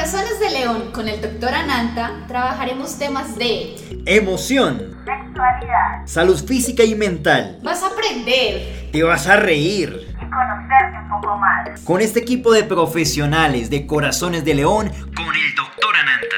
Corazones de León con el Dr. Ananta trabajaremos temas de emoción, sexualidad, salud física y mental. Vas a aprender, te vas a reír y conocerte un poco más. Con este equipo de profesionales de Corazones de León con el Dr. Ananta.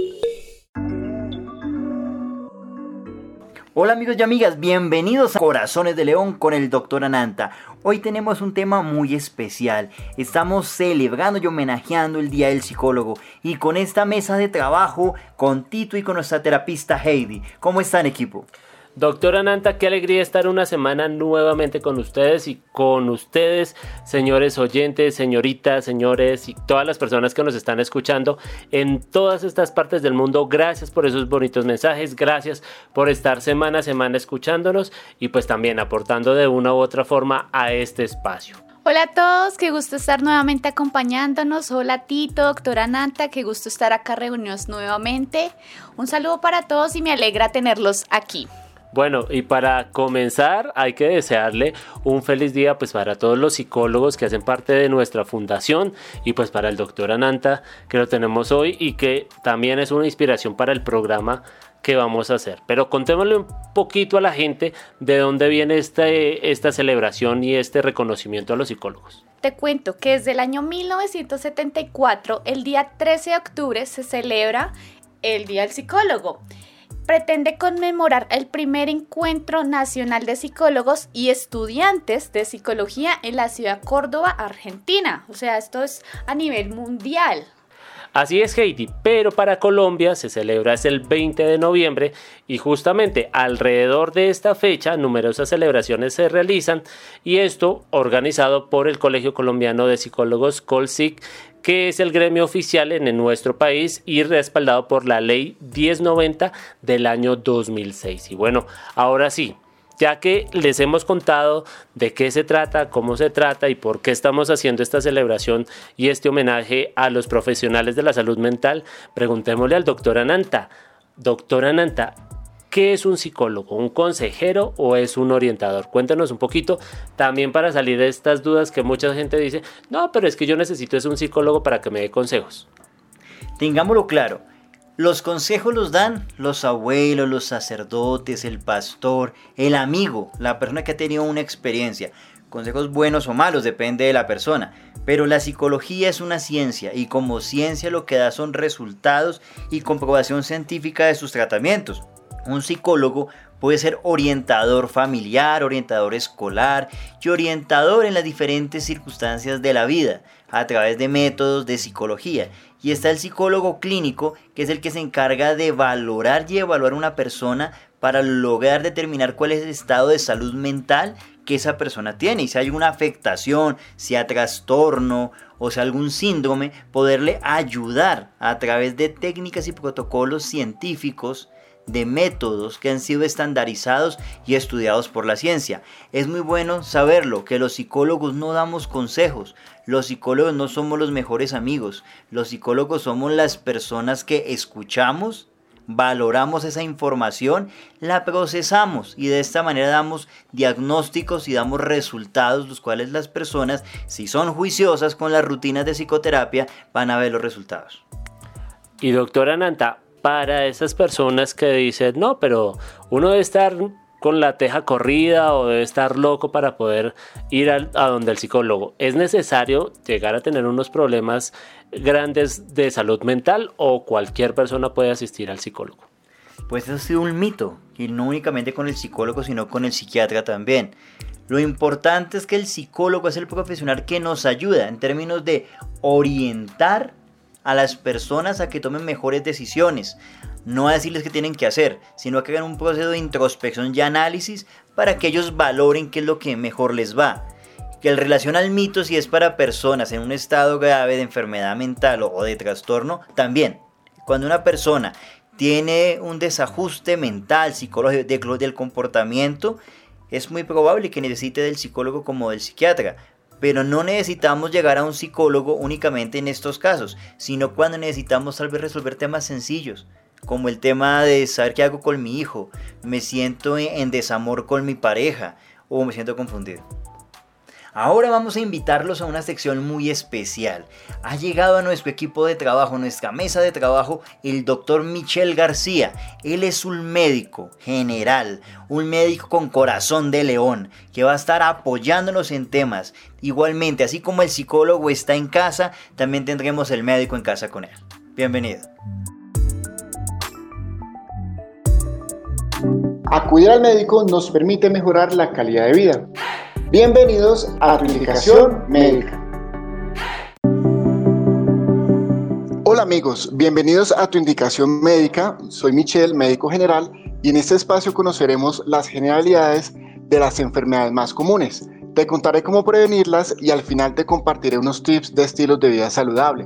Hola amigos y amigas, bienvenidos a Corazones de León con el Dr. Ananta. Hoy tenemos un tema muy especial. Estamos celebrando y homenajeando el Día del Psicólogo. Y con esta mesa de trabajo, con Tito y con nuestra terapista Heidi. ¿Cómo están, equipo? Doctor Ananta, qué alegría estar una semana nuevamente con ustedes y con ustedes, señores oyentes, señoritas, señores y todas las personas que nos están escuchando en todas estas partes del mundo. Gracias por esos bonitos mensajes, gracias por estar semana a semana escuchándonos y pues también aportando de una u otra forma a este espacio. Hola a todos, qué gusto estar nuevamente acompañándonos. Hola Tito, doctora Ananta, qué gusto estar acá reunidos nuevamente. Un saludo para todos y me alegra tenerlos aquí. Bueno, y para comenzar hay que desearle un feliz día pues para todos los psicólogos que hacen parte de nuestra fundación y pues para el doctor Ananta que lo tenemos hoy y que también es una inspiración para el programa que vamos a hacer. Pero contémosle un poquito a la gente de dónde viene esta celebración y este reconocimiento a los psicólogos. Te cuento que desde el año 1974, el día 13 de octubre, se celebra el Día del Psicólogo. Pretende conmemorar el primer encuentro nacional de psicólogos y estudiantes de psicología en la ciudad de Córdoba, Argentina. O sea, esto es a nivel mundial. Así es, Heidi, pero para Colombia se celebra el 20 de noviembre y justamente alrededor de esta fecha numerosas celebraciones se realizan y esto organizado por el Colegio Colombiano de Psicólogos COLSIC, que es el gremio oficial en nuestro país y respaldado por la ley 1090 del año 2006. Y bueno, ahora sí, ya que les hemos contado de qué se trata, cómo se trata y por qué estamos haciendo esta celebración y este homenaje a los profesionales de la salud mental, preguntémosle al doctor Ananta. Doctor Ananta, ¿qué es un psicólogo? ¿Un consejero o es un orientador? Cuéntanos un poquito también para salir de estas dudas que mucha gente dice, no, pero es que yo necesito es un psicólogo para que me dé consejos. Tengámoslo claro. Los consejos los dan los abuelos, los sacerdotes, el pastor, el amigo, la persona que ha tenido una experiencia. Consejos buenos o malos, depende de la persona. Pero la psicología es una ciencia y como ciencia lo que da son resultados y comprobación científica de sus tratamientos. Un psicólogo puede ser orientador familiar, orientador escolar y orientador en las diferentes circunstancias de la vida a través de métodos de psicología. Y está el psicólogo clínico, que es el que se encarga de valorar y evaluar a una persona para lograr determinar cuál es el estado de salud mental que esa persona tiene. Y si hay una afectación, si hay trastorno o si hay algún síndrome, poderle ayudar a través de técnicas y protocolos científicos, de métodos que han sido estandarizados y estudiados por la ciencia. Es muy bueno saberlo, que los psicólogos no damos consejos, los psicólogos no somos los mejores amigos, los psicólogos somos las personas que escuchamos, valoramos esa información, la procesamos y de esta manera damos diagnósticos y damos resultados, los cuales las personas, si son juiciosas con las rutinas de psicoterapia, van a ver los resultados. Y doctora Ananta, para esas personas que dicen, no, pero uno debe estar con la teja corrida o debe estar loco para poder ir a donde el psicólogo, ¿es necesario llegar a tener unos problemas grandes de salud mental o cualquier persona puede asistir al psicólogo? Pues eso ha sido un mito, y no únicamente con el psicólogo, sino con el psiquiatra también. Lo importante es que el psicólogo es el profesional que nos ayuda en términos de orientar a las personas a que tomen mejores decisiones, no a decirles qué tienen que hacer, sino a que hagan un proceso de introspección y análisis para que ellos valoren qué es lo que mejor les va. Que en relación al mito, si es para personas en un estado grave de enfermedad mental o de trastorno, también. Cuando una persona tiene un desajuste mental, psicológico del comportamiento, es muy probable que necesite del psicólogo como del psiquiatra. Pero no necesitamos llegar a un psicólogo únicamente en estos casos, sino cuando necesitamos tal vez resolver temas sencillos, como el tema de saber qué hago con mi hijo, me siento en desamor con mi pareja o me siento confundido. Ahora vamos a invitarlos a una sección muy especial. Ha llegado a nuestro equipo de trabajo, nuestra mesa de trabajo, el doctor Michel García. Él es un médico general, un médico con corazón de león, que va a estar apoyándonos en temas. Igualmente, así como el psicólogo está en casa, también tendremos el médico en casa con él. Bienvenido. Acudir al médico nos permite mejorar la calidad de vida. Bienvenidos a Tu Indicación Médica. Hola amigos, bienvenidos a Tu Indicación Médica. Soy Michel, médico general, y en este espacio conoceremos las generalidades de las enfermedades más comunes. Te contaré cómo prevenirlas y al final te compartiré unos tips de estilos de vida saludable.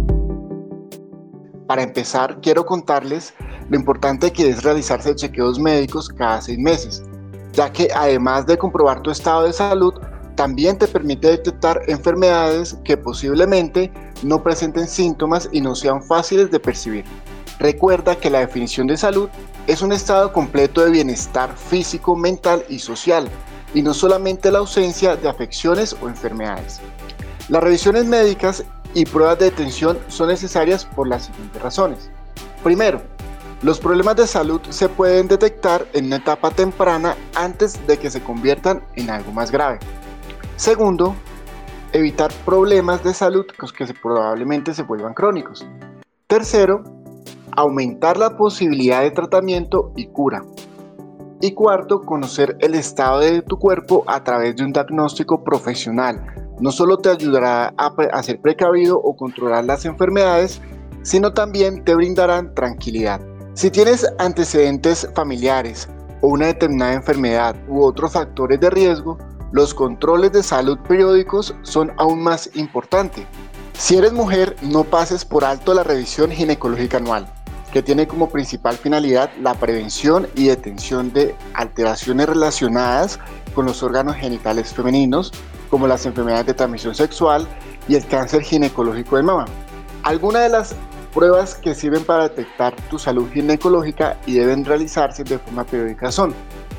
Para empezar, quiero contarles lo importante que es realizarse chequeos médicos cada 6 meses. Ya que además de comprobar tu estado de salud, también te permite detectar enfermedades que posiblemente no presenten síntomas y no sean fáciles de percibir. Recuerda que la definición de salud es un estado completo de bienestar físico, mental y social, y no solamente la ausencia de afecciones o enfermedades. Las revisiones médicas y pruebas de detención son necesarias por las siguientes razones. Primero, los problemas de salud se pueden detectar en una etapa temprana antes de que se conviertan en algo más grave. Segundo, evitar problemas de salud que probablemente se vuelvan crónicos. Tercero, aumentar la posibilidad de tratamiento y cura. Y cuarto, conocer el estado de tu cuerpo a través de un diagnóstico profesional. No solo te ayudará a ser precavido o controlar las enfermedades, sino también te brindarán tranquilidad. Si tienes antecedentes familiares o una determinada enfermedad u otros factores de riesgo, los controles de salud periódicos son aún más importantes. Si eres mujer, no pases por alto la revisión ginecológica anual, que tiene como principal finalidad la prevención y detención de alteraciones relacionadas con los órganos genitales femeninos, como las enfermedades de transmisión sexual y el cáncer ginecológico de mama. Algunas de las pruebas que sirven para detectar tu salud ginecológica y deben realizarse de forma periódica son: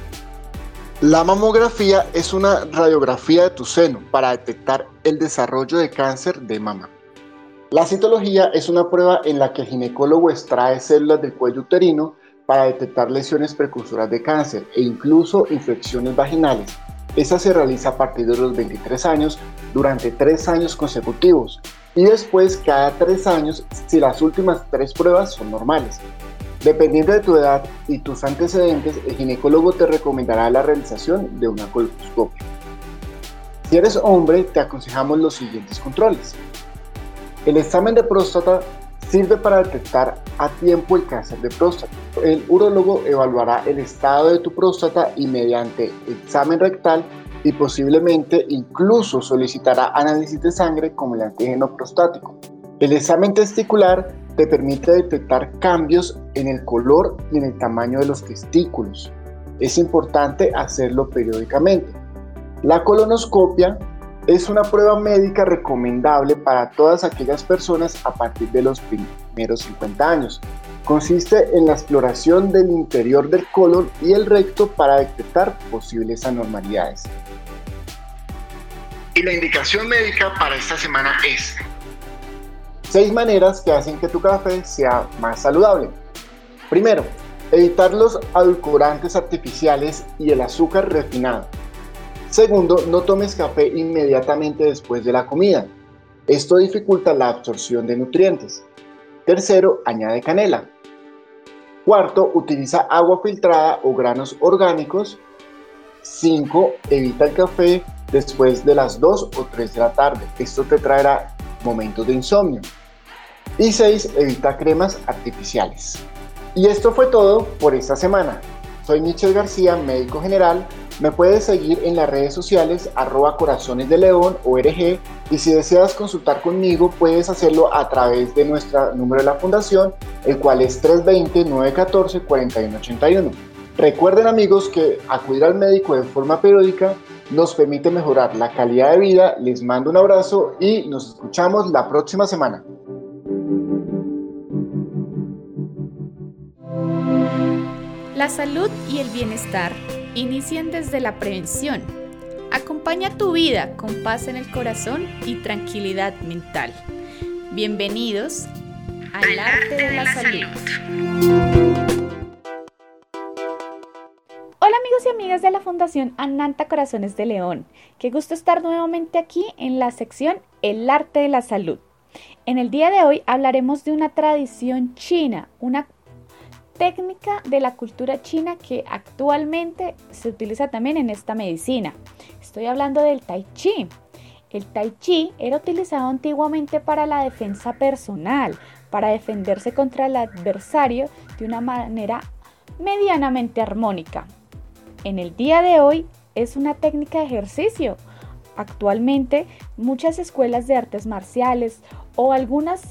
la mamografía es una radiografía de tu seno para detectar el desarrollo de cáncer de mama. La citología es una prueba en la que el ginecólogo extrae células del cuello uterino para detectar lesiones precursoras de cáncer e incluso infecciones vaginales. Esta se realiza a partir de los 23 años durante 3 años consecutivos y después cada 3 años si las últimas 3 pruebas son normales. Dependiendo de tu edad y tus antecedentes, el ginecólogo te recomendará la realización de una colposcopia. Si eres hombre, te aconsejamos los siguientes controles. El examen de próstata sirve para detectar a tiempo el cáncer de próstata. El urólogo evaluará el estado de tu próstata y mediante examen rectal y posiblemente incluso solicitará análisis de sangre como el antígeno prostático. El examen testicular te permite detectar cambios en el color y en el tamaño de los testículos. Es importante hacerlo periódicamente. La colonoscopia es una prueba médica recomendable para todas aquellas personas a partir de los primeros 50 años. Consiste en la exploración del interior del colon y el recto para detectar posibles anormalidades. Y la indicación médica para esta semana es: 6 maneras que hacen que tu café sea más saludable. Primero, evitar los edulcorantes artificiales y el azúcar refinado. Segundo, no tomes café inmediatamente después de la comida. Esto dificulta la absorción de nutrientes. Tercero, añade canela. Cuarto, utiliza agua filtrada o granos orgánicos. 5. Evita el café después de las 2 o 3 de la tarde. Esto te traerá momentos de insomnio. Y 6. Evita cremas artificiales. Y esto fue todo por esta semana. Soy Michel García, médico general. Me puedes seguir en las redes sociales @corazonesdeleon.org y si deseas consultar conmigo puedes hacerlo a través de nuestro número de la fundación, el cual es 320-914-4181. Recuerden amigos que acudir al médico de forma periódica nos permite mejorar la calidad de vida. Les mando un abrazo y nos escuchamos la próxima semana. La salud y el bienestar inician desde la prevención. Acompaña tu vida con paz en el corazón y tranquilidad mental. Bienvenidos al Arte de la Salud. Hola amigos y amigas de la Fundación Ananta Corazones de León. Qué gusto estar nuevamente aquí en la sección El Arte de la Salud. En el día de hoy hablaremos de una tradición china, una técnica de la cultura china que actualmente se utiliza también en esta medicina. Estoy hablando del Tai Chi. El Tai Chi era utilizado antiguamente para la defensa personal, para defenderse contra el adversario de una manera medianamente armónica. En el día de hoy es una técnica de ejercicio. Actualmente muchas escuelas de artes marciales o algunos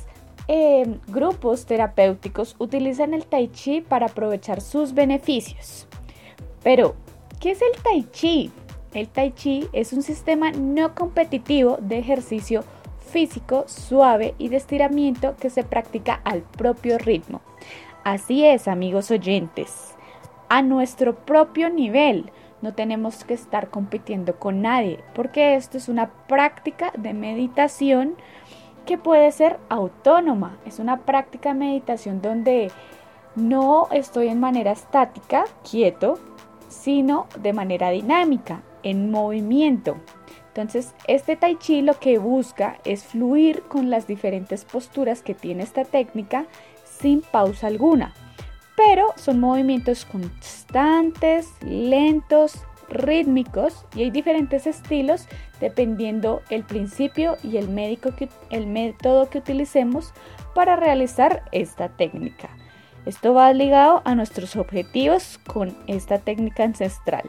grupos terapéuticos utilizan el Tai Chi para aprovechar sus beneficios. Pero, ¿qué es el Tai Chi? El Tai Chi es un sistema no competitivo de ejercicio físico suave y de estiramiento que se practica al propio ritmo. Así es, amigos oyentes, a nuestro propio nivel. No tenemos que estar compitiendo con nadie, porque esto es una práctica de meditación que puede ser autónoma. Es una práctica de meditación donde no estoy en manera estática, quieto, sino de manera dinámica, en movimiento. Entonces, este Tai Chi lo que busca es fluir con las diferentes posturas que tiene esta técnica sin pausa alguna. Pero son movimientos constantes, lentos, rítmicos, y hay diferentes estilos dependiendo el principio y el método que utilicemos para realizar esta técnica. Esto va ligado a nuestros objetivos con esta técnica ancestral.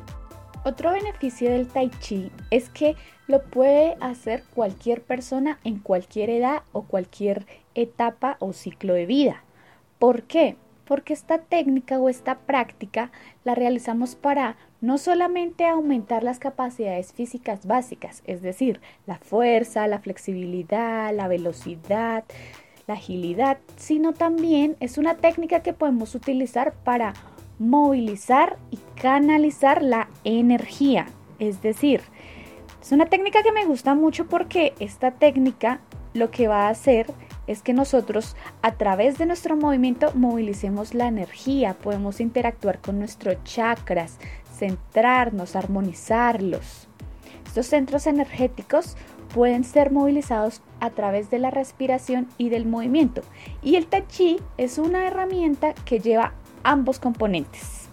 Otro beneficio del Tai Chi es que lo puede hacer cualquier persona en cualquier edad o cualquier etapa o ciclo de vida. ¿Por qué? Porque esta técnica o esta práctica la realizamos para no solamente aumentar las capacidades físicas básicas, es decir, la fuerza, la flexibilidad, la velocidad, la agilidad, sino también es una técnica que podemos utilizar para movilizar y canalizar la energía. Es decir, es una técnica que me gusta mucho porque esta técnica lo que va a hacer es que nosotros a través de nuestro movimiento movilicemos la energía, podemos interactuar con nuestros chakras, centrarnos, armonizarlos. Estos centros energéticos pueden ser movilizados a través de la respiración y del movimiento. Y el Tai Chi es una herramienta que lleva ambos componentes.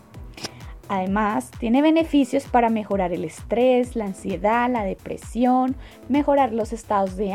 Además, tiene beneficios para mejorar el estrés, la ansiedad, la depresión, mejorar los estados de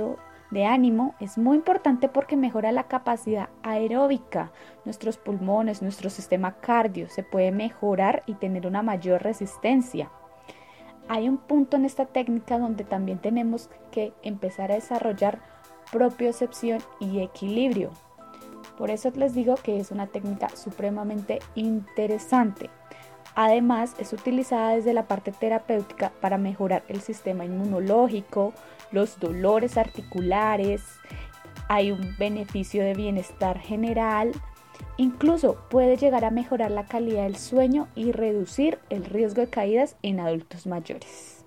ánimo. Es muy importante porque mejora la capacidad aeróbica, nuestros pulmones, nuestro sistema cardio se puede mejorar y tener una mayor resistencia. Hay un punto en esta técnica donde también tenemos que empezar a desarrollar propiocepción y equilibrio. Por eso les digo que es una técnica supremamente interesante. Además, es utilizada desde la parte terapéutica para mejorar el sistema inmunológico, los dolores articulares, hay un beneficio de bienestar general, incluso puede llegar a mejorar la calidad del sueño y reducir el riesgo de caídas en adultos mayores.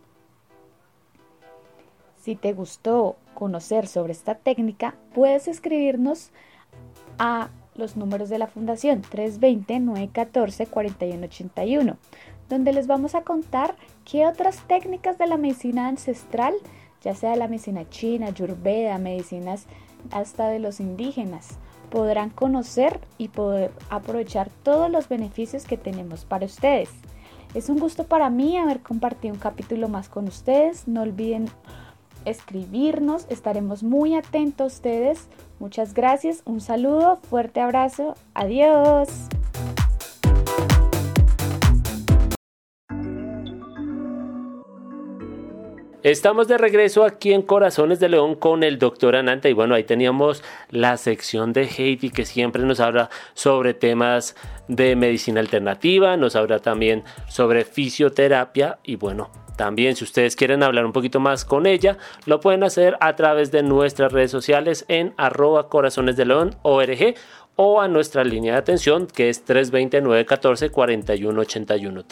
Si te gustó conocer sobre esta técnica, puedes escribirnos a los números de la Fundación 320-914-4181, donde les vamos a contar qué otras técnicas de la medicina ancestral, ya sea la medicina china, ayurveda, medicinas hasta de los indígenas, podrán conocer y poder aprovechar todos los beneficios que tenemos para ustedes. Es un gusto para mí haber compartido un capítulo más con ustedes. No olviden escribirnos, estaremos muy atentos a ustedes. Muchas gracias, un saludo, fuerte abrazo, adiós. Estamos de regreso aquí en Corazones de León con el doctor Ananta y bueno, ahí teníamos la sección de Heidi que siempre nos habla sobre temas de medicina alternativa, nos habla también sobre fisioterapia y bueno, también si ustedes quieren hablar un poquito más con ella, lo pueden hacer a través de nuestras redes sociales en @corazonesdeleon.org o a nuestra línea de atención que es 320-914-4181.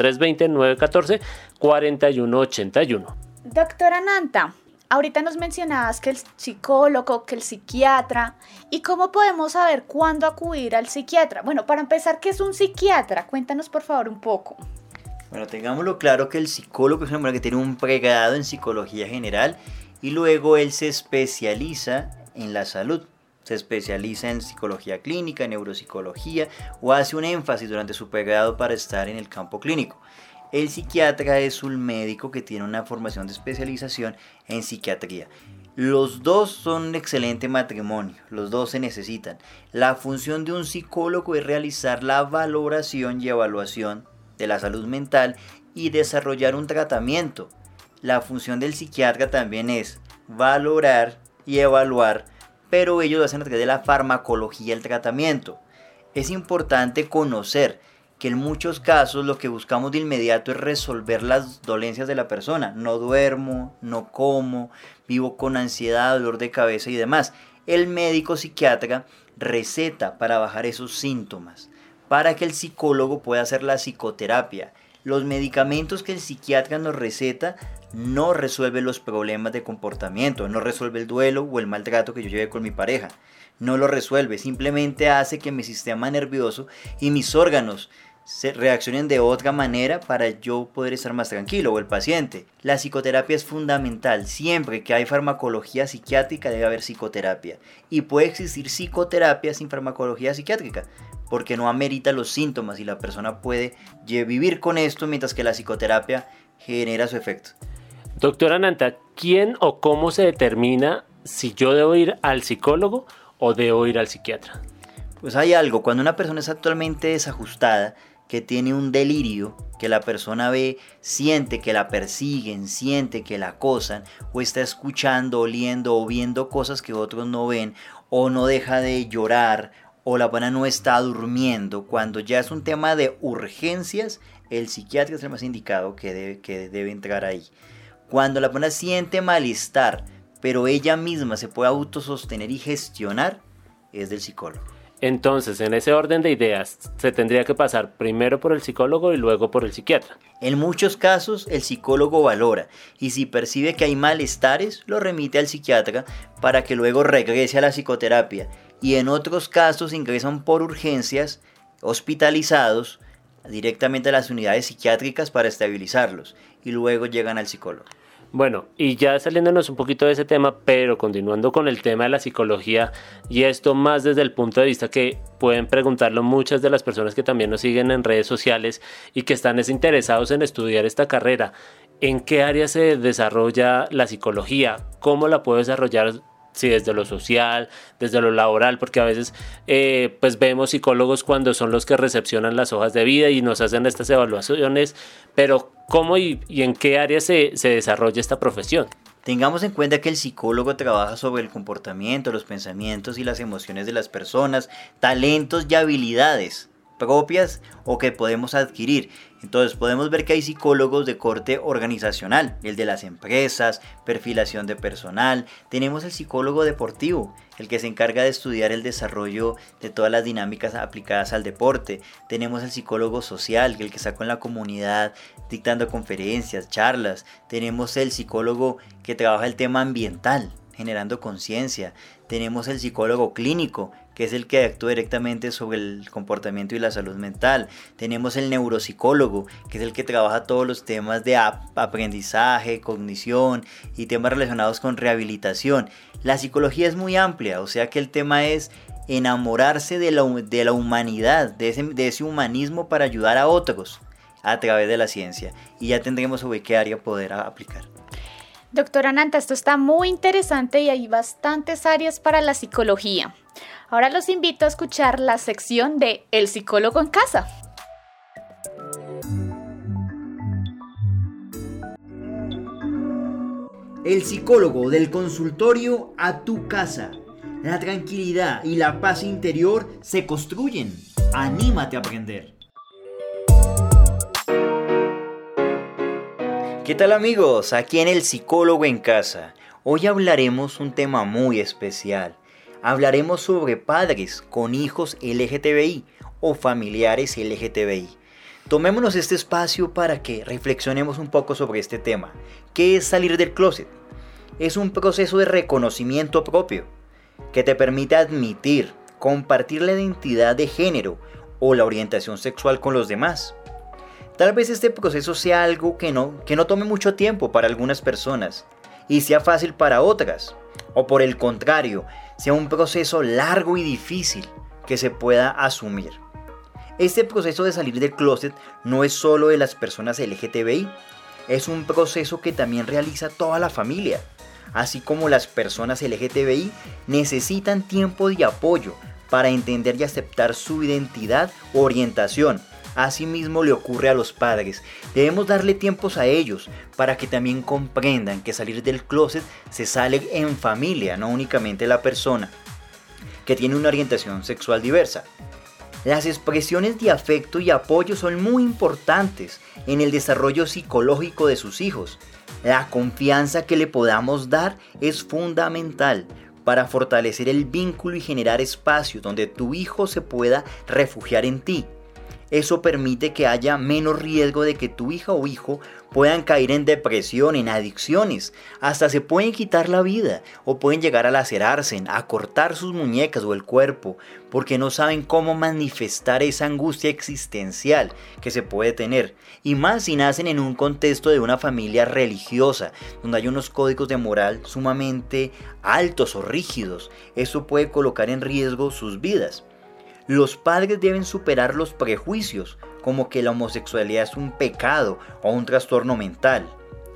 320-914-4181. Doctora Nanta, ahorita nos mencionabas que el psicólogo, que el psiquiatra, ¿y cómo podemos saber cuándo acudir al psiquiatra? Bueno, para empezar, ¿qué es un psiquiatra? Cuéntanos por favor un poco. Bueno, tengámoslo claro que el psicólogo es una persona que tiene un pregrado en psicología general y luego él se especializa en la salud. Se especializa en psicología clínica, en neuropsicología o hace un énfasis durante su pregrado para estar en el campo clínico. El psiquiatra es un médico que tiene una formación de especialización en psiquiatría. Los dos son un excelente matrimonio, los dos se necesitan. La función de un psicólogo es realizar la valoración y evaluación de la salud mental y desarrollar un tratamiento. La función del psiquiatra también es valorar y evaluar, pero ellos lo hacen a través de la farmacología del tratamiento. Es importante conocer que en muchos casos lo que buscamos de inmediato es resolver las dolencias de la persona. No duermo, no como, vivo con ansiedad, dolor de cabeza y demás. El médico psiquiatra receta para bajar esos síntomas, para que el psicólogo pueda hacer la psicoterapia. Los medicamentos que el psiquiatra nos receta no resuelven los problemas de comportamiento, no resuelve el duelo o el maltrato que yo lleve con mi pareja. No lo resuelve, simplemente hace que mi sistema nervioso y mis órganos se reaccionen de otra manera para yo poder estar más tranquilo, o el paciente. La psicoterapia es fundamental. Siempre que hay farmacología psiquiátrica debe haber psicoterapia. Y puede existir psicoterapia sin farmacología psiquiátrica, porque no amerita los síntomas y la persona puede vivir con esto mientras que la psicoterapia genera su efecto. Doctora Nanta, ¿quién o cómo se determina si yo debo ir al psicólogo o debo ir al psiquiatra? Pues hay algo, cuando una persona es actualmente desajustada, que tiene un delirio, que la persona siente que la persiguen, siente que la acosan, o está escuchando, oliendo o viendo cosas que otros no ven, o no deja de llorar, o la persona no está durmiendo, cuando ya es un tema de urgencias, el psiquiatra es el más indicado que debe entrar ahí. Cuando la persona siente malestar, pero ella misma se puede autosostener y gestionar, es del psicólogo. Entonces, en ese orden de ideas, se tendría que pasar primero por el psicólogo y luego por el psiquiatra. En muchos casos, el psicólogo valora y si percibe que hay malestares, lo remite al psiquiatra para que luego regrese a la psicoterapia. Y en otros casos ingresan por urgencias, hospitalizados, directamente a las unidades psiquiátricas para estabilizarlos y luego llegan al psicólogo. Bueno, y ya saliéndonos un poquito de ese tema, pero continuando con el tema de la psicología, y esto más desde el punto de vista que pueden preguntarlo muchas de las personas que también nos siguen en redes sociales y que están interesados en estudiar esta carrera. ¿En qué área se desarrolla la psicología? ¿Cómo la puedo desarrollar? Si desde lo social, desde lo laboral, porque a veces pues vemos psicólogos cuando son los que recepcionan las hojas de vida y nos hacen estas evaluaciones, pero ¿cómo y en qué área se desarrolla esta profesión? Tengamos en cuenta que el psicólogo trabaja sobre el comportamiento, los pensamientos y las emociones de las personas, talentos y habilidades propias o que podemos adquirir. Entonces podemos ver que hay psicólogos de corte organizacional, el de las empresas, perfilación de personal. Tenemos el psicólogo deportivo, el que se encarga de estudiar el desarrollo de todas las dinámicas aplicadas al deporte. Tenemos el psicólogo social, el que está con la comunidad dictando conferencias, charlas. Tenemos el psicólogo que trabaja el tema ambiental, generando conciencia. Tenemos el psicólogo clínico, que es el que actúa directamente sobre el comportamiento y la salud mental. Tenemos el neuropsicólogo, que es el que trabaja todos los temas de aprendizaje, cognición y temas relacionados con rehabilitación. La psicología es muy amplia, o sea que el tema es enamorarse de la humanidad, de ese humanismo para ayudar a otros a través de la ciencia. Y ya tendremos sobre qué área poder aplicar. Doctora Nanta, esto está muy interesante y hay bastantes áreas para la psicología. Ahora los invito a escuchar la sección de El psicólogo en casa. El psicólogo del consultorio a tu casa. La tranquilidad y la paz interior se construyen. Anímate a aprender. ¿Qué tal amigos? Aquí en El psicólogo en casa. Hoy hablaremos un tema muy especial. hablaremos sobre padres con hijos LGTBI o familiares LGTBI. Tomémonos este espacio para que reflexionemos un poco sobre este tema. ¿Qué es salir del closet? Es un proceso de reconocimiento propio que te permite admitir, compartir la identidad de género o la orientación sexual con los demás. Tal vez este proceso sea algo que no tome mucho tiempo para algunas personas y sea fácil para otras, o por el contrario, sea un proceso largo y difícil que se pueda asumir. Este proceso de salir del closet no es solo de las personas LGTBI, es un proceso que también realiza toda la familia, así como las personas LGTBI necesitan tiempo de apoyo para entender y aceptar su identidad o orientación. Asimismo le ocurre a los padres. Debemos darle tiempos a ellos para que también comprendan que salir del closet se sale en familia, no únicamente la persona que tiene una orientación sexual diversa. Las expresiones de afecto y apoyo son muy importantes en el desarrollo psicológico de sus hijos. La confianza que le podamos dar es fundamental para fortalecer el vínculo y generar espacio donde tu hijo se pueda refugiar en ti. Eso permite que haya menos riesgo de que tu hija o hijo puedan caer en depresión, en adicciones. Hasta se pueden quitar la vida o pueden llegar a lacerarse, a cortar sus muñecas o el cuerpo, porque no saben cómo manifestar esa angustia existencial que se puede tener. Y más si nacen en un contexto de una familia religiosa, donde hay unos códigos de moral sumamente altos o rígidos. Eso puede colocar en riesgo sus vidas. Los padres deben superar los prejuicios, como que la homosexualidad es un pecado o un trastorno mental.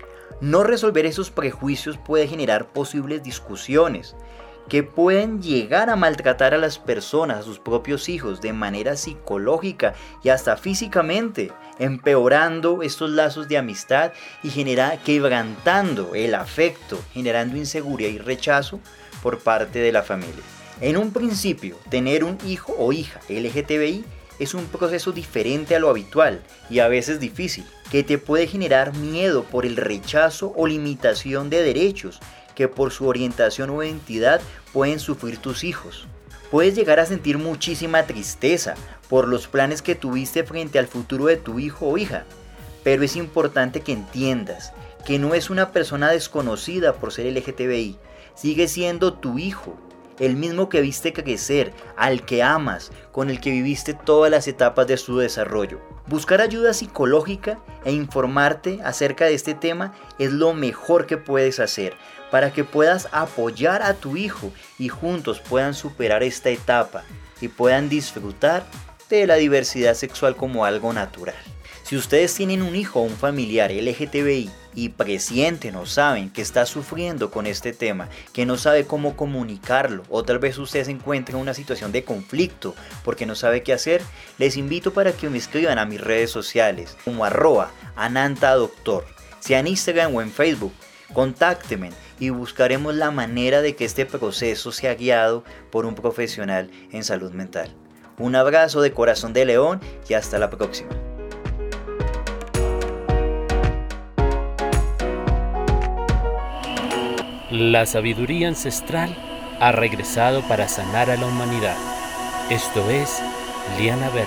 No resolver esos prejuicios puede generar posibles discusiones que pueden llegar a maltratar a las personas, a sus propios hijos, de manera psicológica y hasta físicamente, empeorando estos lazos de amistad y quebrantando el afecto, generando inseguridad y rechazo por parte de la familia. En un principio, tener un hijo o hija LGTBI es un proceso diferente a lo habitual y a veces difícil, que te puede generar miedo por el rechazo o limitación de derechos que por su orientación o identidad pueden sufrir tus hijos. Puedes llegar a sentir muchísima tristeza por los planes que tuviste frente al futuro de tu hijo o hija, pero es importante que entiendas que no es una persona desconocida por ser LGTBI, sigue siendo tu hijo, el mismo que viste crecer, al que amas, con el que viviste todas las etapas de su desarrollo. Buscar ayuda psicológica e informarte acerca de este tema es lo mejor que puedes hacer para que puedas apoyar a tu hijo y juntos puedan superar esta etapa y puedan disfrutar de la diversidad sexual como algo natural. Si ustedes tienen un hijo o un familiar LGTBI y presienten o saben que está sufriendo con este tema, que no sabe cómo comunicarlo, o tal vez ustedes se encuentren en una situación de conflicto porque no sabe qué hacer, les invito para que me escriban a mis redes sociales como @AnantaDoctor, sea en Instagram o en Facebook. Contáctenme y buscaremos la manera de que este proceso sea guiado por un profesional en salud mental. Un abrazo de corazón de león y hasta la próxima. La sabiduría ancestral ha regresado para sanar a la humanidad. Esto es Liana Verde.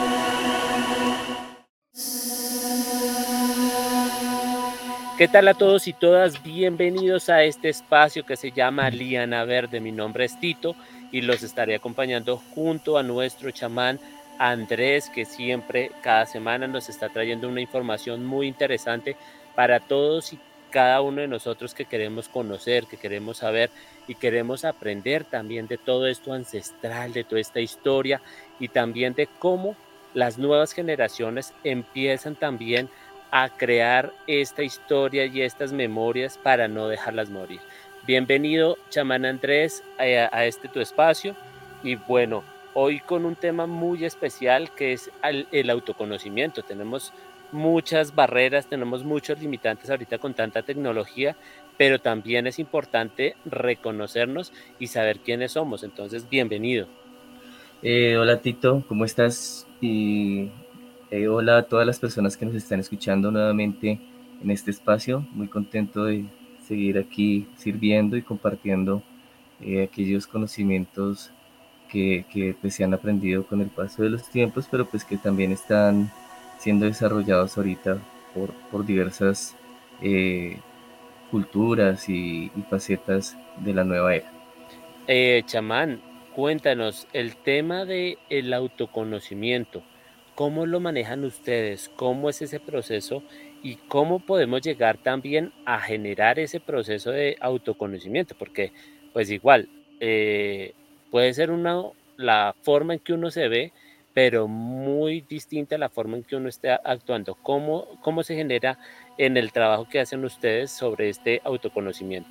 ¿Qué tal a todos y todas? Bienvenidos a este espacio que se llama Liana Verde. Mi nombre es Tito y los estaré acompañando junto a nuestro chamán Andrés, que siempre, cada semana, nos está trayendo una información muy interesante para todos y cada uno de nosotros que queremos conocer, que queremos saber y queremos aprender también de todo esto ancestral, de toda esta historia y también de cómo las nuevas generaciones empiezan también a crear esta historia y estas memorias para no dejarlas morir. Bienvenido, chamán Andrés, a este tu espacio. Y bueno, hoy con un tema muy especial que es el autoconocimiento. Tenemos muchas barreras, tenemos muchos limitantes ahorita con tanta tecnología, pero también es importante reconocernos y saber quiénes somos. Entonces, bienvenido. Hola Tito, ¿cómo estás? Y hola a todas las personas que nos están escuchando nuevamente en este espacio. Muy contento de seguir aquí sirviendo y compartiendo aquellos conocimientos que pues, se han aprendido con el paso de los tiempos, pero pues que también están siendo desarrollados ahorita por diversas eh, culturas y facetas de la nueva era. Chamán, cuéntanos el tema de el autoconocimiento. ¿Cómo lo manejan ustedes? ¿Cómo es ese proceso? ¿Y cómo podemos llegar también a generar ese proceso de autoconocimiento? Porque, pues igual, puede ser la forma en que uno se ve, pero muy distinta a la forma en que uno está actuando. ¿Cómo se genera en el trabajo que hacen ustedes sobre este autoconocimiento?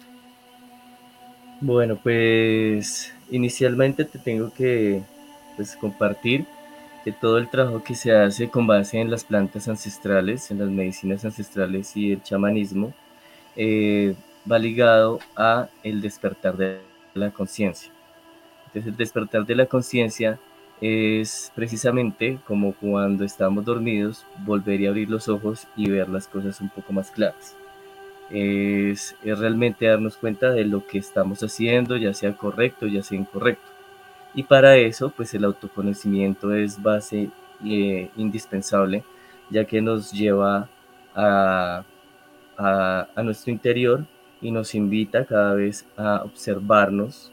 Bueno, pues inicialmente te tengo que pues, compartir que todo el trabajo que se hace con base en las plantas ancestrales, en las medicinas ancestrales y el chamanismo, va ligado a el despertar de la conciencia. Entonces el despertar de la conciencia es precisamente como cuando estamos dormidos, volver y abrir los ojos y ver las cosas un poco más claras. Es realmente darnos cuenta de lo que estamos haciendo, ya sea correcto, ya sea incorrecto. Y para eso, pues el autoconocimiento es base indispensable, ya que nos lleva a, a nuestro interior y nos invita cada vez a observarnos,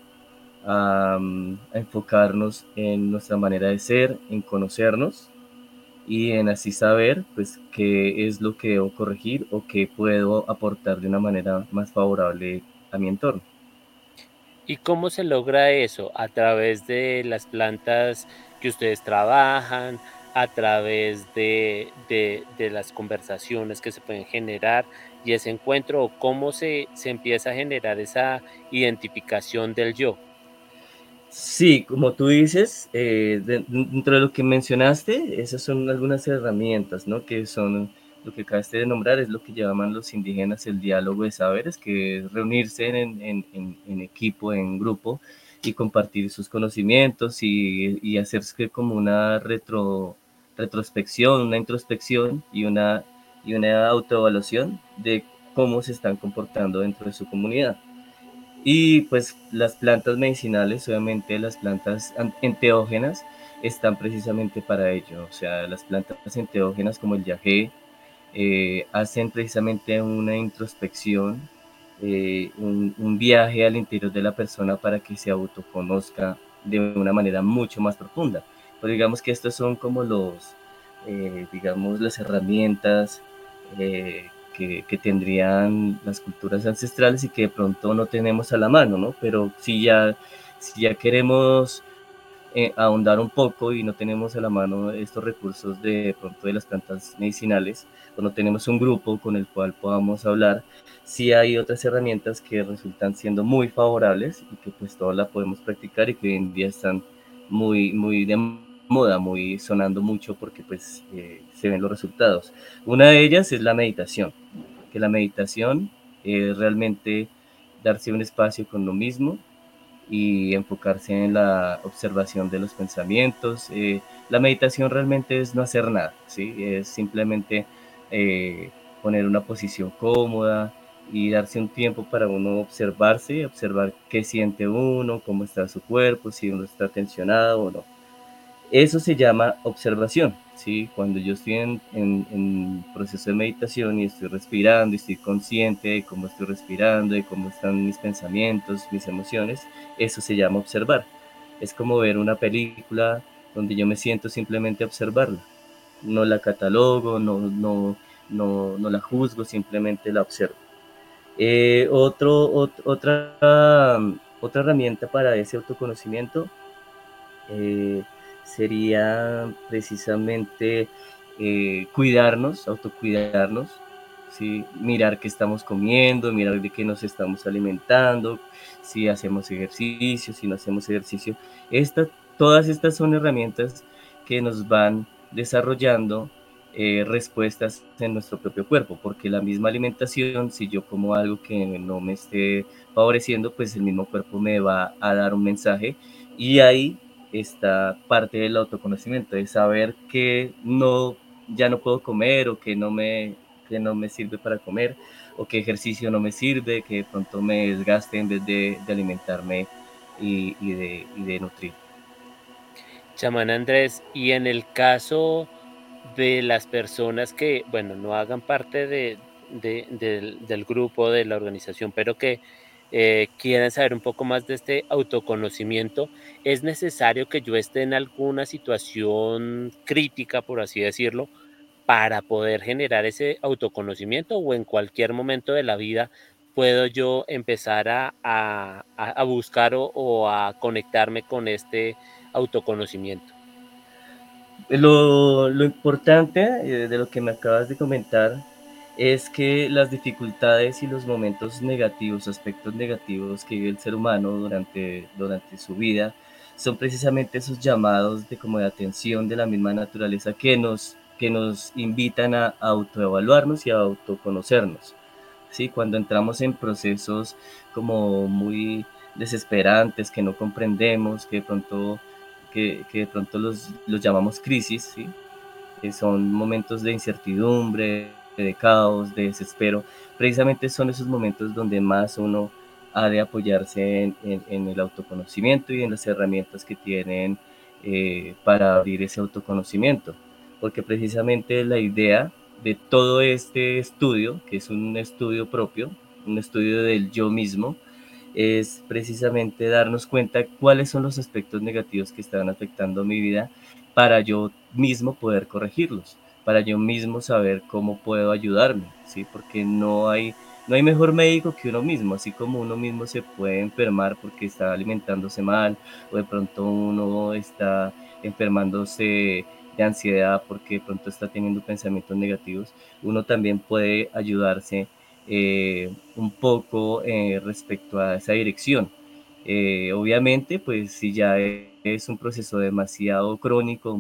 a enfocarnos en nuestra manera de ser, en conocernos y en así saber pues qué es lo que debo corregir o qué puedo aportar de una manera más favorable a mi entorno. ¿Y cómo se logra eso? ¿A través de las plantas que ustedes trabajan? ¿A través de las conversaciones que se pueden generar y ese encuentro? ¿O cómo se empieza a generar esa identificación del yo? Sí, como tú dices, dentro de lo que mencionaste, esas son algunas herramientas, ¿no? Que son lo que acabaste de nombrar, es lo que llaman los indígenas el diálogo de saberes, que es reunirse en equipo, en grupo, y compartir sus conocimientos y hacerse como una retrospección, una introspección y una autoevaluación de cómo se están comportando dentro de su comunidad. Y pues las plantas medicinales, obviamente las plantas enteógenas, están precisamente para ello. O sea, las plantas enteógenas como el yagé hacen precisamente una introspección, un viaje al interior de la persona para que se autoconozca de una manera mucho más profunda. Pero digamos que estos son como digamos, las herramientas que tendrían las culturas ancestrales y que de pronto no tenemos a la mano, ¿no? Pero si ya queremos ahondar un poco y no tenemos a la mano estos recursos de pronto de las plantas medicinales, o no tenemos un grupo con el cual podamos hablar, sí hay otras herramientas que resultan siendo muy favorables y que pues todas las podemos practicar y que hoy en día están muy de moda, muy sonando mucho porque pues se ven los resultados. Una de ellas es la meditación, que la meditación es realmente darse un espacio con lo mismo y enfocarse en la observación de los pensamientos. La meditación realmente es no hacer nada, ¿sí? Es simplemente eh, poner una posición cómoda y darse un tiempo para uno observarse, observar qué siente uno, cómo está su cuerpo, si uno está tensionado o no. Eso se llama observación, ¿sí? Cuando yo estoy en proceso de meditación y estoy respirando y estoy consciente de cómo estoy respirando, de cómo están mis pensamientos, mis emociones, eso se llama observar. Es como ver una película donde yo me siento simplemente a observarla. No la catalogo, no la juzgo, simplemente la observo. Otra herramienta para ese autoconocimiento eh, sería precisamente cuidarnos, autocuidarnos, ¿sí? Mirar qué estamos comiendo, mirar de qué nos estamos alimentando, si hacemos ejercicio, si no hacemos ejercicio. Todas estas son herramientas que nos van desarrollando respuestas en nuestro propio cuerpo, porque la misma alimentación, si yo como algo que no me esté favoreciendo, pues el mismo cuerpo me va a dar un mensaje y ahí está parte del autoconocimiento, de saber que ya no puedo comer o que no me sirve para comer o que ejercicio no me sirve, que de pronto me desgaste en vez de alimentarme y de nutrir. Chamán Andrés, y en el caso de las personas que, bueno, no hagan parte del grupo, de la organización, pero que quieran saber un poco más de este autoconocimiento, ¿es necesario que yo esté en alguna situación crítica, por así decirlo, para poder generar ese autoconocimiento, o en cualquier momento de la vida puedo yo empezar a buscar o a conectarme con este autoconocimiento? Lo importante de lo que me acabas de comentar es que las dificultades y los momentos negativos, aspectos negativos que vive el ser humano durante su vida, son precisamente esos llamados de como de atención de la misma naturaleza que nos invitan a autoevaluarnos y a autoconocernos. ¿Sí? Cuando entramos en procesos como muy desesperantes, que no comprendemos, que de pronto los llamamos crisis, ¿sí? Que son momentos de incertidumbre, de caos, de desespero. Precisamente son esos momentos donde más uno ha de apoyarse en el autoconocimiento y en las herramientas que tienen para abrir ese autoconocimiento. Porque precisamente la idea de todo este estudio, que es un estudio propio, un estudio del yo mismo, es precisamente darnos cuenta cuáles son los aspectos negativos que están afectando mi vida para yo mismo poder corregirlos, para yo mismo saber cómo puedo ayudarme, ¿sí? Porque no hay mejor médico que uno mismo, así como uno mismo se puede enfermar porque está alimentándose mal, o de pronto uno está enfermándose de ansiedad porque de pronto está teniendo pensamientos negativos, uno también puede ayudarse un poco respecto a esa dirección. Obviamente, pues si ya es un proceso demasiado crónico,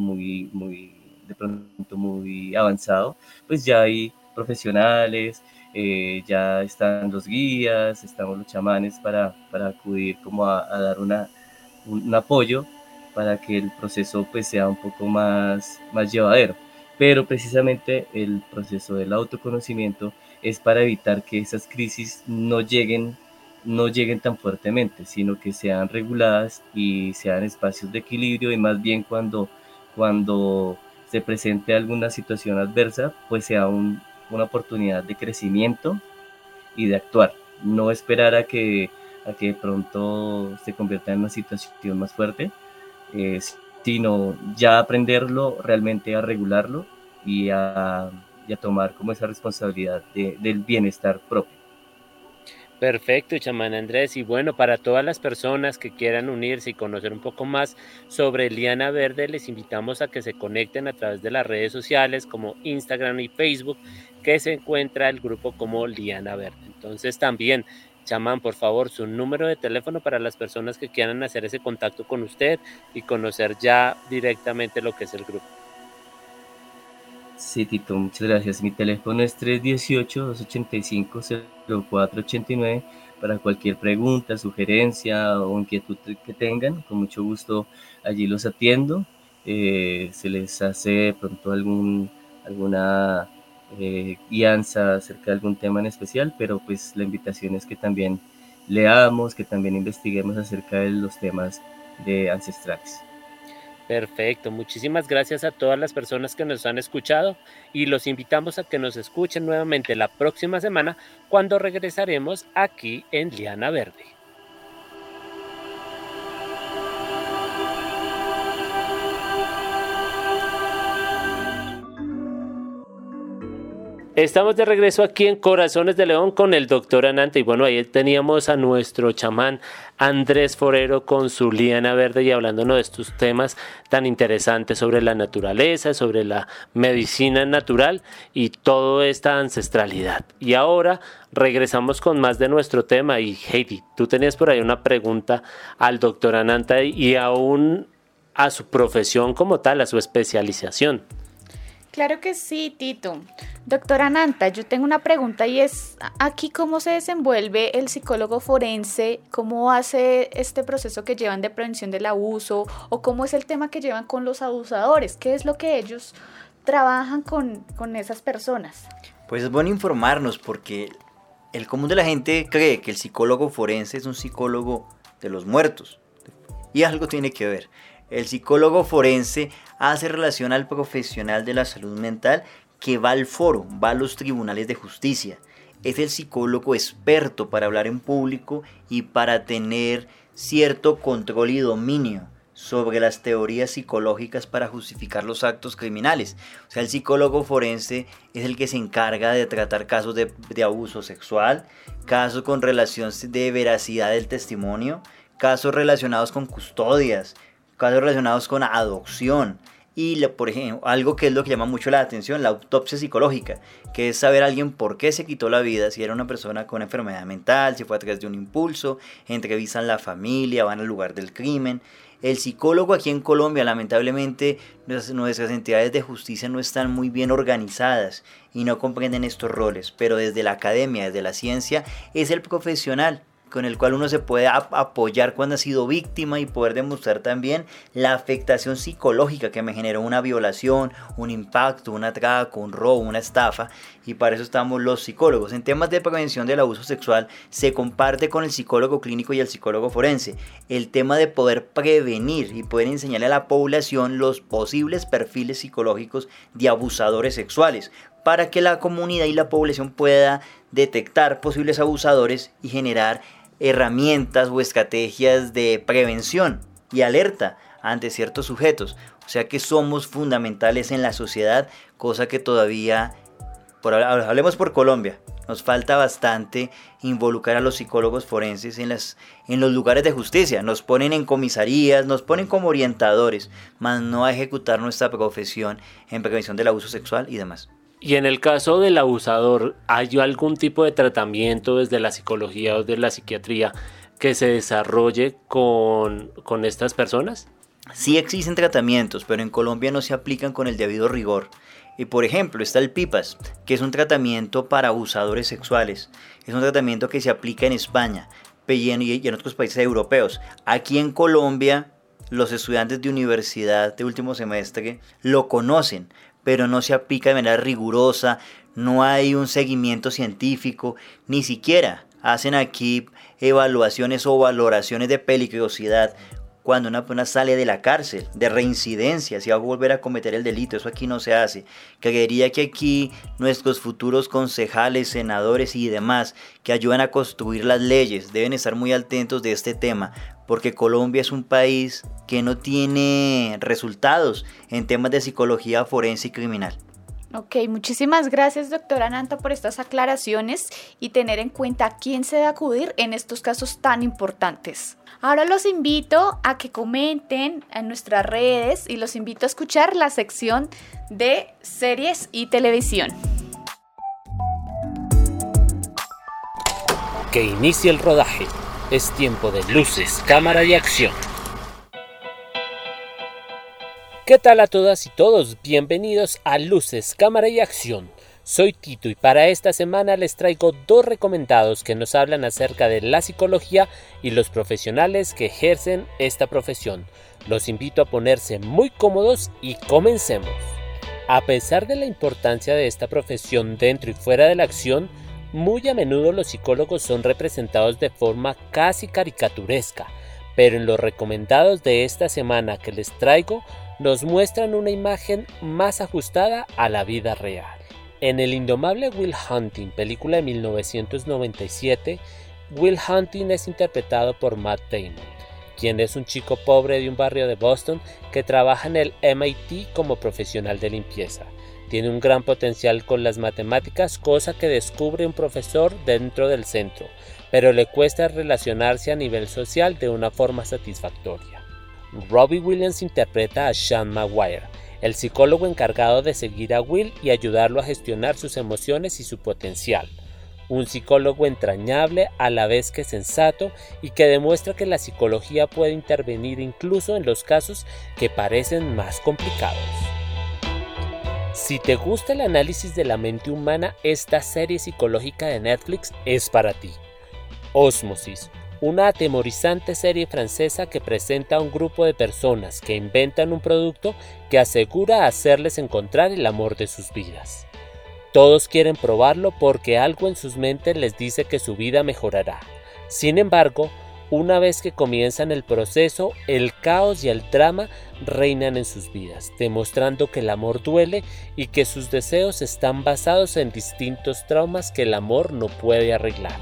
de pronto muy avanzado, pues ya hay profesionales, ya están los guías, estamos los chamanes para acudir como a dar un apoyo para que el proceso pues sea un poco más llevadero. Pero precisamente el proceso del autoconocimiento es para evitar que esas crisis no lleguen tan fuertemente, sino que sean reguladas y sean espacios de equilibrio, y más bien cuando se presente alguna situación adversa, pues sea una oportunidad de crecimiento y de actuar. No esperar a que de pronto se convierta en una situación más fuerte, eh, sino ya aprenderlo realmente, a regularlo y a tomar como esa responsabilidad del bienestar propio. Perfecto, chamán Andrés. Y bueno, para todas las personas que quieran unirse y conocer un poco más sobre Liana Verde, les invitamos a que se conecten a través de las redes sociales como Instagram y Facebook, que se encuentra el grupo como Liana Verde. Entonces también, chamán, por favor, su número de teléfono para las personas que quieran hacer ese contacto con usted y conocer ya directamente lo que es el grupo. Sí, Tito, muchas gracias. Mi teléfono es 318-285-0489 para cualquier pregunta, sugerencia o inquietud que tengan. Con mucho gusto allí los atiendo. Se les hace de pronto alguna guianza acerca de algún tema en especial, pero pues la invitación es que también leamos, que también investiguemos acerca de los temas de ancestrales. Perfecto, muchísimas gracias a todas las personas que nos han escuchado y los invitamos a que nos escuchen nuevamente la próxima semana cuando regresaremos aquí en Liana Verde. Estamos de regreso aquí en Corazones de León con el doctor Ananta, y bueno, ahí teníamos a nuestro chamán Andrés Forero con su Liana Verde y hablándonos de estos temas tan interesantes sobre la naturaleza, sobre la medicina natural y toda esta ancestralidad. Y ahora regresamos con más de nuestro tema. Y Heidi, tú tenías por ahí una pregunta al doctor Ananta y aún a su profesión como tal, a su especialización. Claro que sí, Tito. Doctora Ananta, yo tengo una pregunta y es, ¿aquí cómo se desenvuelve el psicólogo forense? ¿Cómo hace este proceso que llevan de prevención del abuso? ¿O cómo es el tema que llevan con los abusadores? ¿Qué es lo que ellos trabajan con esas personas? Pues es bueno informarnos, porque el común de la gente cree que el psicólogo forense es un psicólogo de los muertos, Y algo tiene que ver. El psicólogo forense hace relación al profesional de la salud mental que va al foro, va a los tribunales de justicia. Es el psicólogo experto para hablar en público y para tener cierto control y dominio sobre las teorías psicológicas para justificar los actos criminales. O sea, el psicólogo forense es el que se encarga de tratar casos de abuso sexual, casos con relación de veracidad del testimonio, casos relacionados con custodias, casos relacionados con adopción. Y por ejemplo, algo que es lo que llama mucho la atención, la autopsia psicológica, que es saber a alguien por qué se quitó la vida, si era una persona con enfermedad mental, si fue a través de un impulso, entrevistan a la familia, van al lugar del crimen. El psicólogo aquí en Colombia, lamentablemente, nuestras entidades de justicia no están muy bien organizadas y no comprenden estos roles, pero desde la academia, desde la ciencia, es el profesional con el cual uno se puede apoyar cuando ha sido víctima y poder demostrar también la afectación psicológica que me generó una violación, un impacto, un atraco, un robo, una estafa, y para eso estamos los psicólogos. En temas de prevención del abuso sexual se comparte con el psicólogo clínico y el psicólogo forense el tema de poder prevenir y poder enseñarle a la población los posibles perfiles psicológicos de abusadores sexuales, para que la comunidad y la población pueda detectar posibles abusadores y generar herramientas o estrategias de prevención y alerta ante ciertos sujetos. O sea que somos fundamentales en la sociedad, cosa que todavía, hablemos por Colombia, nos falta bastante involucrar a los psicólogos forenses en los lugares de justicia. Nos ponen en comisarías, nos ponen como orientadores, más no a ejecutar nuestra profesión en prevención del abuso sexual y demás. Y en el caso del abusador, ¿hay algún tipo de tratamiento desde la psicología o de la psiquiatría que se desarrolle con estas personas? Sí existen tratamientos, pero en Colombia no se aplican con el debido rigor. Y por ejemplo está el PIPAS, que es un tratamiento para abusadores sexuales. Es un tratamiento que se aplica en España y en otros países europeos. Aquí en Colombia, los estudiantes de universidad de último semestre lo conocen, pero no se aplica de manera rigurosa, no hay un seguimiento científico, ni siquiera hacen aquí evaluaciones o valoraciones de peligrosidad cuando una persona sale de la cárcel, de reincidencia, si va a volver a cometer el delito. Eso aquí no se hace. Creería que aquí nuestros futuros concejales, senadores y demás que ayudan a construir las leyes deben estar muy atentos de este tema, porque Colombia es un país que no tiene resultados en temas de psicología forense y criminal. Ok, muchísimas gracias, doctora Nanta, por estas aclaraciones y tener en cuenta a quién se debe acudir en estos casos tan importantes. Ahora los invito a que comenten en nuestras redes y los invito a escuchar la sección de series y televisión. Que inicie el rodaje. Es tiempo de luces, cámara y acción. ¿Qué tal a todas y todos? Bienvenidos a Luces, Cámara y Acción. Soy Tito y para esta semana les traigo 2 recomendados que nos hablan acerca de la psicología y los profesionales que ejercen esta profesión. Los invito a ponerse muy cómodos y comencemos. A pesar de la importancia de esta profesión dentro y fuera de la acción, muy a menudo los psicólogos son representados de forma casi caricaturesca, pero en los recomendados de esta semana que les traigo nos muestran una imagen más ajustada a la vida real. En El indomable Will Hunting, película de 1997, Will Hunting es interpretado por Matt Damon, quien es un chico pobre de un barrio de Boston que trabaja en el MIT como profesional de limpieza. Tiene un gran potencial con las matemáticas, cosa que descubre un profesor dentro del centro, pero le cuesta relacionarse a nivel social de una forma satisfactoria. Robbie Williams interpreta a Sean Maguire, el psicólogo encargado de seguir a Will y ayudarlo a gestionar sus emociones y su potencial. Un psicólogo entrañable a la vez que sensato y que demuestra que la psicología puede intervenir incluso en los casos que parecen más complicados. Si te gusta el análisis de la mente humana, esta serie psicológica de Netflix es para ti. Ósmosis, una atemorizante serie francesa que presenta a un grupo de personas que inventan un producto que asegura hacerles encontrar el amor de sus vidas. Todos quieren probarlo porque algo en sus mentes les dice que su vida mejorará. Sin embargo, Una vez que comienzan el proceso, el caos y el drama reinan en sus vidas, demostrando que el amor duele y que sus deseos están basados en distintos traumas que el amor no puede arreglar.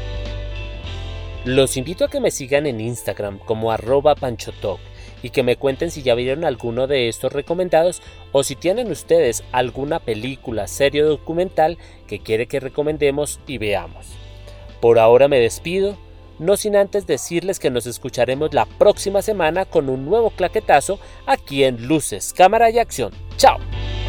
Los invito a que me sigan en Instagram como @panchotalk y que me cuenten si ya vieron alguno de estos recomendados o si tienen ustedes alguna película, serie o documental que quiere que recomendemos y veamos. Por ahora me despido, no sin antes decirles que nos escucharemos la próxima semana con un nuevo claquetazo aquí en Luces, Cámara y Acción. ¡Chao!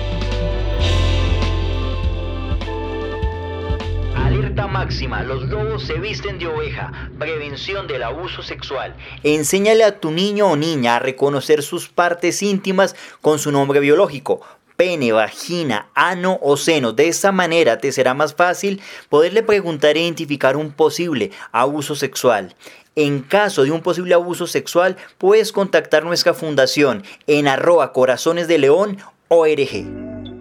Alerta máxima, los lobos se visten de oveja. Prevención del abuso sexual. Enséñale a tu niño o niña a reconocer sus partes íntimas con su nombre biológico. Pene, vagina, ano o seno. De esta manera te será más fácil poderle preguntar e identificar un posible abuso sexual. En caso de un posible abuso sexual, puedes contactar nuestra fundación en @corazonesdeleon.org.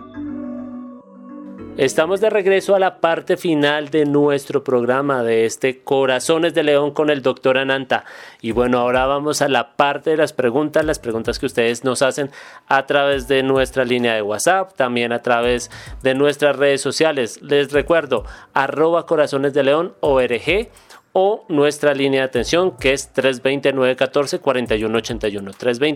Estamos de regreso a la parte final de nuestro programa de este Corazones de León con el Dr. Ananta. Y bueno, ahora vamos a la parte de las preguntas que ustedes nos hacen a través de nuestra línea de WhatsApp, también a través de nuestras redes sociales. Les recuerdo, @corazonesdeleon.org o nuestra línea de atención que es 320-914-4181.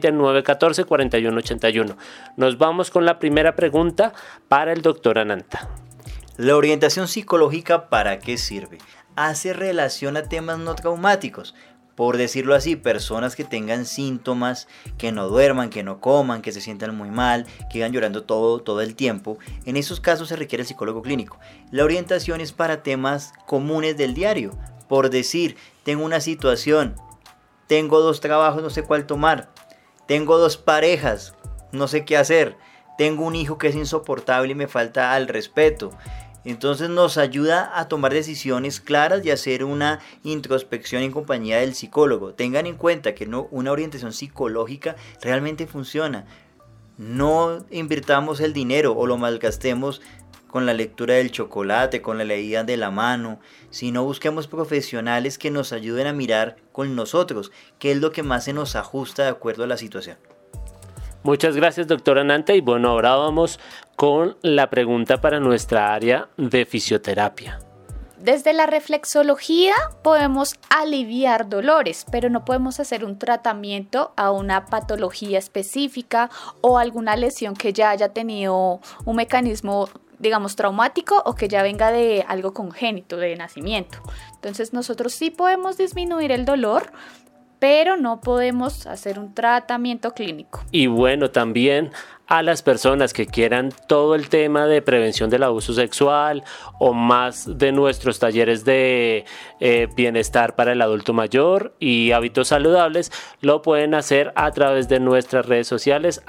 320-914-4181. Nos vamos con la primera pregunta para el Dr. Ananta. ¿La orientación psicológica para qué sirve? Hace relación a temas no traumáticos. Por decirlo así, personas que tengan síntomas, que no duerman, que no coman, que se sientan muy mal, que iban llorando todo el tiempo. En esos casos se requiere el psicólogo clínico. La orientación es para temas comunes del diario. Por decir, tengo una situación, tengo 2 trabajos, no sé cuál tomar, tengo 2 parejas, no sé qué hacer, tengo un hijo que es insoportable y me falta al respeto. Entonces nos ayuda a tomar decisiones claras y hacer una introspección en compañía del psicólogo. Tengan en cuenta que una orientación psicológica realmente funciona. No invirtamos el dinero o lo malgastemos con la lectura del chocolate, con la leída de la mano, sino busquemos profesionales que nos ayuden a mirar con nosotros, qué es lo que más se nos ajusta de acuerdo a la situación. Muchas gracias, doctor Ananta. Y bueno, ahora vamos con la pregunta para nuestra área de fisioterapia. Desde la reflexología podemos aliviar dolores, pero no podemos hacer un tratamiento a una patología específica o alguna lesión que ya haya tenido un mecanismo, digamos, traumático o que ya venga de algo congénito, de nacimiento. Entonces nosotros sí podemos disminuir el dolor, pero no podemos hacer un tratamiento clínico. Y bueno, también a las personas que quieran todo el tema de prevención del abuso sexual o más de nuestros talleres de bienestar para el adulto mayor y hábitos saludables, lo pueden hacer a través de nuestras redes sociales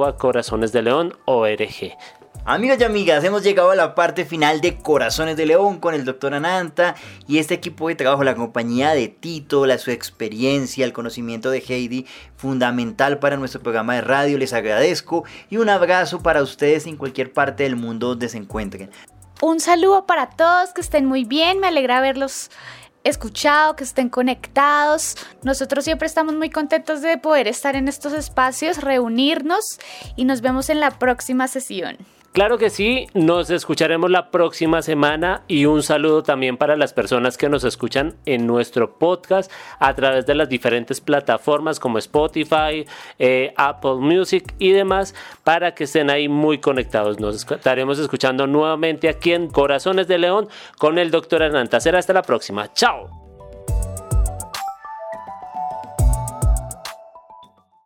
@corazonesdeleon.org. Amigos y amigas, hemos llegado a la parte final de Corazones de León con el Dr. Ananta y este equipo de trabajo, la compañía de Tito, su experiencia, el conocimiento de Heidi, fundamental para nuestro programa de radio. Les agradezco y un abrazo para ustedes en cualquier parte del mundo donde se encuentren. Un saludo para todos, que estén muy bien, me alegra verlos escuchado, que estén conectados. Nosotros siempre estamos muy contentos de poder estar en estos espacios, reunirnos y nos vemos en la próxima sesión. Claro que sí, nos escucharemos la próxima semana y un saludo también para las personas que nos escuchan en nuestro podcast a través de las diferentes plataformas como Spotify, Apple Music y demás, para que estén ahí muy conectados. Nos estaremos escuchando nuevamente aquí en Corazones de León con el Dr. Ananta. Será hasta la próxima. ¡Chao!